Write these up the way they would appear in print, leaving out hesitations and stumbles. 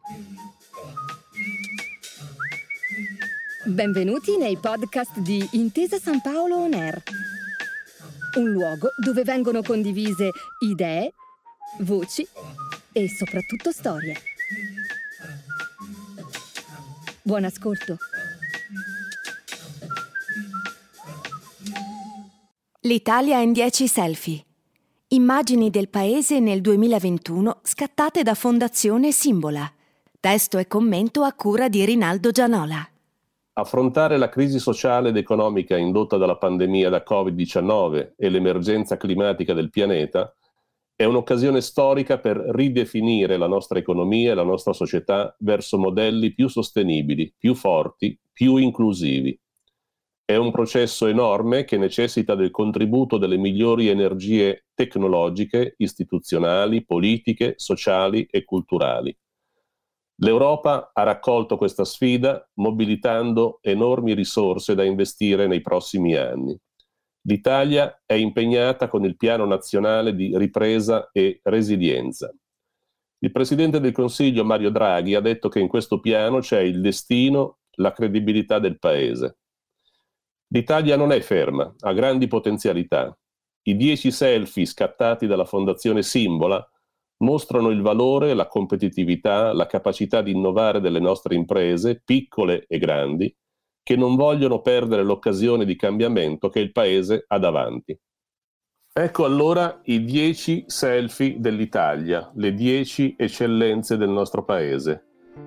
Benvenuti nei podcast di Intesa San Paolo On Air, un luogo dove vengono condivise idee, voci e soprattutto storie. Buon ascolto. L'Italia in 10 selfie. Immagini del paese nel 2021 scattate da Fondazione Simbola. Testo e commento a cura di Rinaldo Gianola. Affrontare la crisi sociale ed economica indotta dalla pandemia da Covid-19 e l'emergenza climatica del pianeta è un'occasione storica per ridefinire la nostra economia e la nostra società verso modelli più sostenibili, più forti, più inclusivi. È un processo enorme che necessita del contributo delle migliori energie tecnologiche, istituzionali, politiche, sociali e culturali. L'Europa ha raccolto questa sfida mobilitando enormi risorse da investire nei prossimi anni. L'Italia è impegnata con il Piano Nazionale di Ripresa e Resilienza. Il Presidente del Consiglio Mario Draghi ha detto che in questo piano c'è il destino, la credibilità del Paese. L'Italia non è ferma, ha grandi potenzialità. I 10 selfie scattati dalla Fondazione Simbola mostrano il valore, la competitività, la capacità di innovare delle nostre imprese, piccole e grandi, che non vogliono perdere l'occasione di cambiamento che il Paese ha davanti. Ecco allora i 10 selfie dell'Italia, le 10 eccellenze del nostro Paese.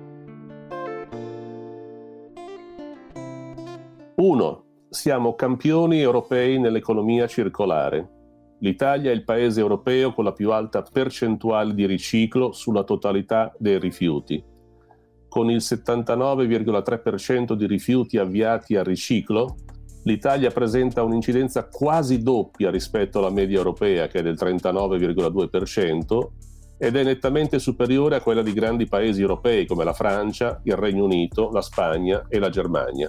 1. Siamo campioni europei nell'economia circolare. L'Italia è il paese europeo con la più alta percentuale di riciclo sulla totalità dei rifiuti. Con il 79,3% di rifiuti avviati al riciclo, l'Italia presenta un'incidenza quasi doppia rispetto alla media europea, che è del 39,2%, ed è nettamente superiore a quella di grandi paesi europei come la Francia, il Regno Unito, la Spagna e la Germania.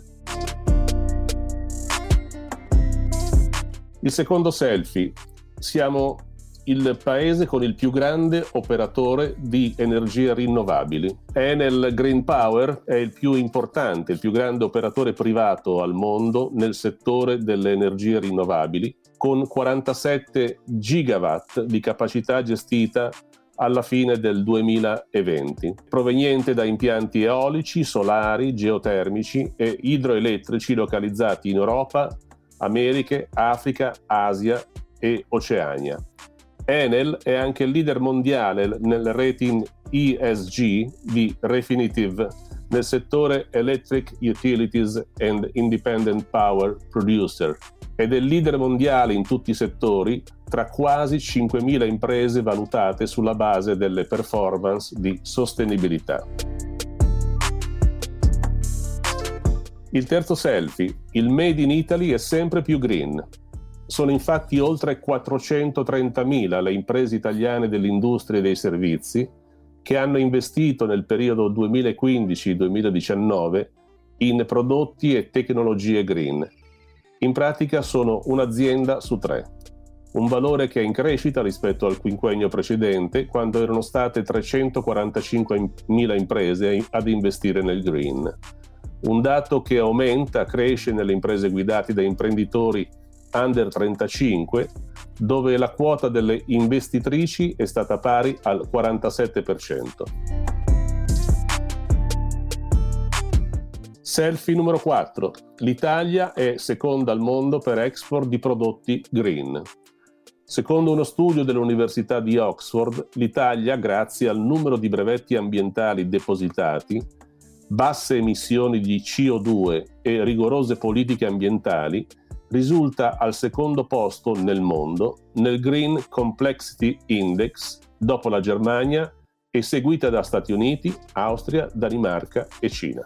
Il secondo selfie. Siamo il paese con il più grande operatore di energie rinnovabili. Enel Green Power è il più importante, il più grande operatore privato al mondo nel settore delle energie rinnovabili, con 47 gigawatt di capacità gestita alla fine del 2020, proveniente da impianti eolici, solari, geotermici e idroelettrici localizzati in Europa, Americhe, Africa, Asia e Oceania. Enel è anche il leader mondiale nel rating ESG di Refinitiv nel settore Electric Utilities and Independent Power Producer ed è il leader mondiale in tutti i settori tra quasi 5.000 imprese valutate sulla base delle performance di sostenibilità. Il terzo selfie. Il Made in Italy è sempre più green. Sono infatti oltre 430.000 le imprese italiane dell'industria e dei servizi che hanno investito nel periodo 2015-2019 in prodotti e tecnologie green. In pratica sono un'azienda su 3, un valore che è in crescita rispetto al quinquennio precedente, quando erano state 345.000 imprese ad investire nel green. Un dato che cresce nelle imprese guidate da imprenditori under 35, dove la quota delle investitrici è stata pari al 47%. Selfie numero 4. L'Italia è seconda al mondo per export di prodotti green. Secondo uno studio dell'Università di Oxford, l'Italia, grazie al numero di brevetti ambientali depositati, basse emissioni di CO2 e rigorose politiche ambientali, risulta al secondo posto nel mondo nel Green Complexity Index dopo la Germania e seguita da Stati Uniti, Austria, Danimarca e Cina.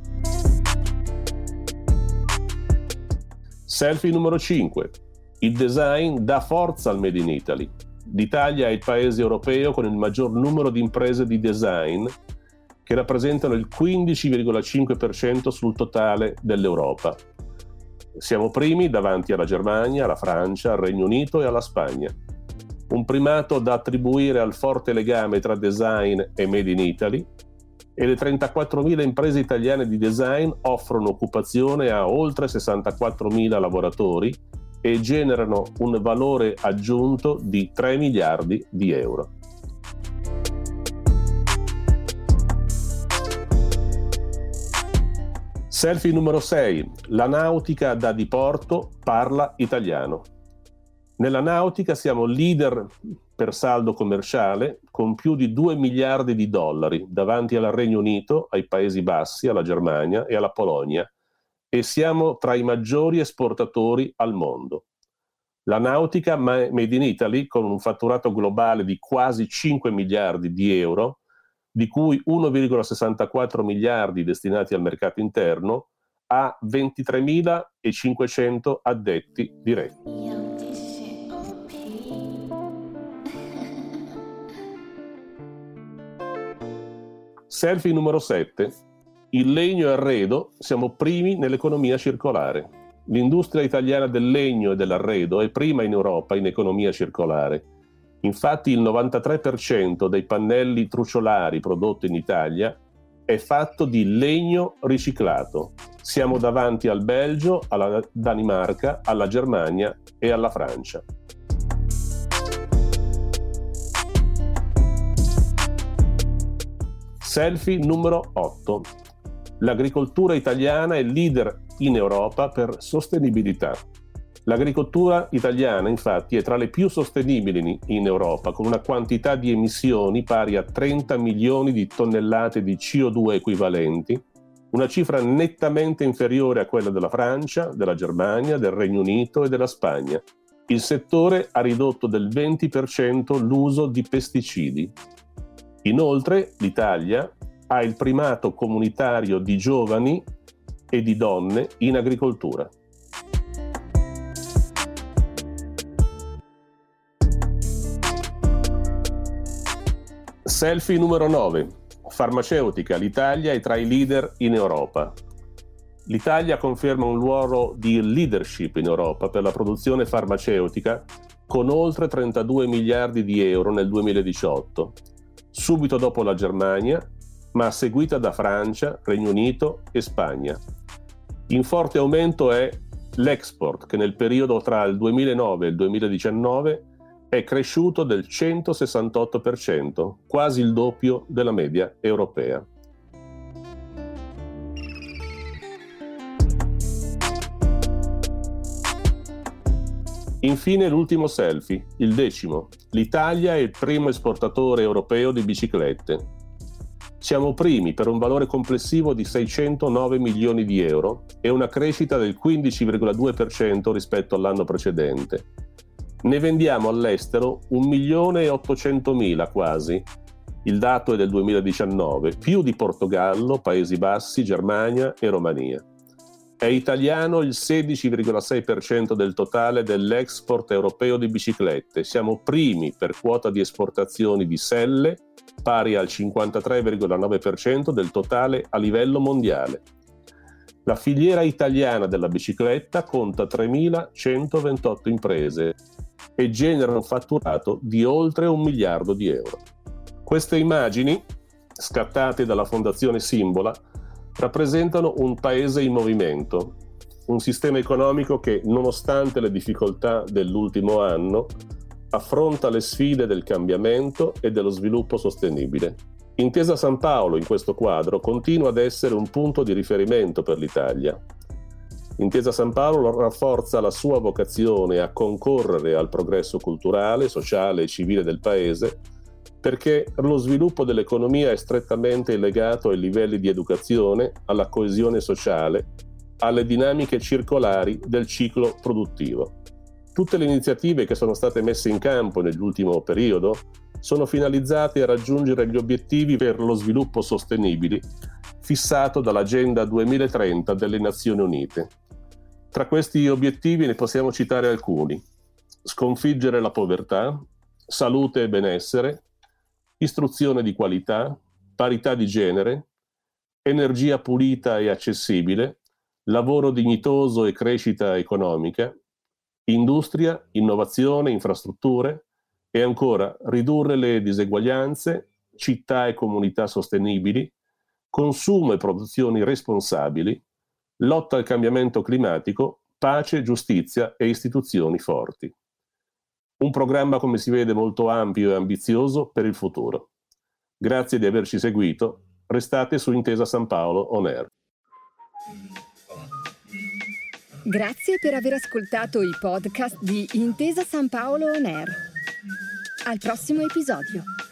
Selfie numero 5. Il design dà forza al Made in Italy. L'Italia è il paese europeo con il maggior numero di imprese di design che rappresentano il 15,5% sul totale dell'Europa. Siamo primi davanti alla Germania, alla Francia, al Regno Unito e alla Spagna. Un primato da attribuire al forte legame tra design e Made in Italy, e le 34.000 imprese italiane di design offrono occupazione a oltre 64.000 lavoratori e generano un valore aggiunto di 3 miliardi di euro. Selfie numero 6. La nautica da diporto parla italiano. Nella nautica siamo leader per saldo commerciale con più di 2 miliardi di dollari davanti al Regno Unito, ai Paesi Bassi, alla Germania e alla Polonia, e siamo tra i maggiori esportatori al mondo. La nautica made in Italy, con un fatturato globale di quasi 5 miliardi di euro, di cui 1,64 miliardi destinati al mercato interno, ha 23.500 addetti diretti. Selfie numero 7. Il legno e arredo, siamo primi nell'economia circolare. L'industria italiana del legno e dell'arredo è prima in Europa in economia circolare. Infatti il 93% dei pannelli truciolari prodotti in Italia è fatto di legno riciclato. Siamo davanti al Belgio, alla Danimarca, alla Germania e alla Francia. Selfie numero 8. L'agricoltura italiana è leader in Europa per sostenibilità. L'agricoltura italiana, infatti, è tra le più sostenibili in Europa, con una quantità di emissioni pari a 30 milioni di tonnellate di CO2 equivalenti, una cifra nettamente inferiore a quella della Francia, della Germania, del Regno Unito e della Spagna. Il settore ha ridotto del 20% l'uso di pesticidi. Inoltre, l'Italia ha il primato comunitario di giovani e di donne in agricoltura. Selfie numero 9. Farmaceutica. L'Italia è tra i leader in Europa. L'Italia conferma un ruolo di leadership in Europa per la produzione farmaceutica con oltre 32 miliardi di euro nel 2018, subito dopo la Germania, ma seguita da Francia, Regno Unito e Spagna. In forte aumento è l'export, che nel periodo tra il 2009 e il 2019 è cresciuto del 168%, quasi il doppio della media europea. Infine l'ultimo selfie, il 10. L'Italia è il primo esportatore europeo di biciclette. Siamo primi per un valore complessivo di 609 milioni di euro e una crescita del 15,2% rispetto all'anno precedente. Ne vendiamo all'estero 1.800.000 quasi. Il dato è del 2019, più di Portogallo, Paesi Bassi, Germania e Romania. È italiano il 16,6% del totale dell'export europeo di biciclette. Siamo primi per quota di esportazioni di selle, pari al 53,9% del totale a livello mondiale. La filiera italiana della bicicletta conta 3.128 imprese e genera un fatturato di oltre 1 miliardo di euro. Queste immagini, scattate dalla Fondazione Simbola, rappresentano un paese in movimento, un sistema economico che, nonostante le difficoltà dell'ultimo anno, affronta le sfide del cambiamento e dello sviluppo sostenibile. Intesa San Paolo, in questo quadro, continua ad essere un punto di riferimento per l'Italia. Intesa San Paolo rafforza la sua vocazione a concorrere al progresso culturale, sociale e civile del Paese, perché lo sviluppo dell'economia è strettamente legato ai livelli di educazione, alla coesione sociale, alle dinamiche circolari del ciclo produttivo. Tutte le iniziative che sono state messe in campo nell'ultimo periodo sono finalizzate a raggiungere gli obiettivi per lo sviluppo sostenibile fissato dall'Agenda 2030 delle Nazioni Unite. Tra questi obiettivi ne possiamo citare alcuni: sconfiggere la povertà, salute e benessere, istruzione di qualità, parità di genere, energia pulita e accessibile, lavoro dignitoso e crescita economica, industria, innovazione, infrastrutture e ancora ridurre le diseguaglianze, città e comunità sostenibili, consumo e produzioni responsabili, lotta al cambiamento climatico, pace, giustizia e istituzioni forti. Un programma, come si vede, molto ampio e ambizioso per il futuro. Grazie di averci seguito. Restate su Intesa San Paolo On Air. Grazie per aver ascoltato i podcast di Intesa San Paolo On Air. Al prossimo episodio.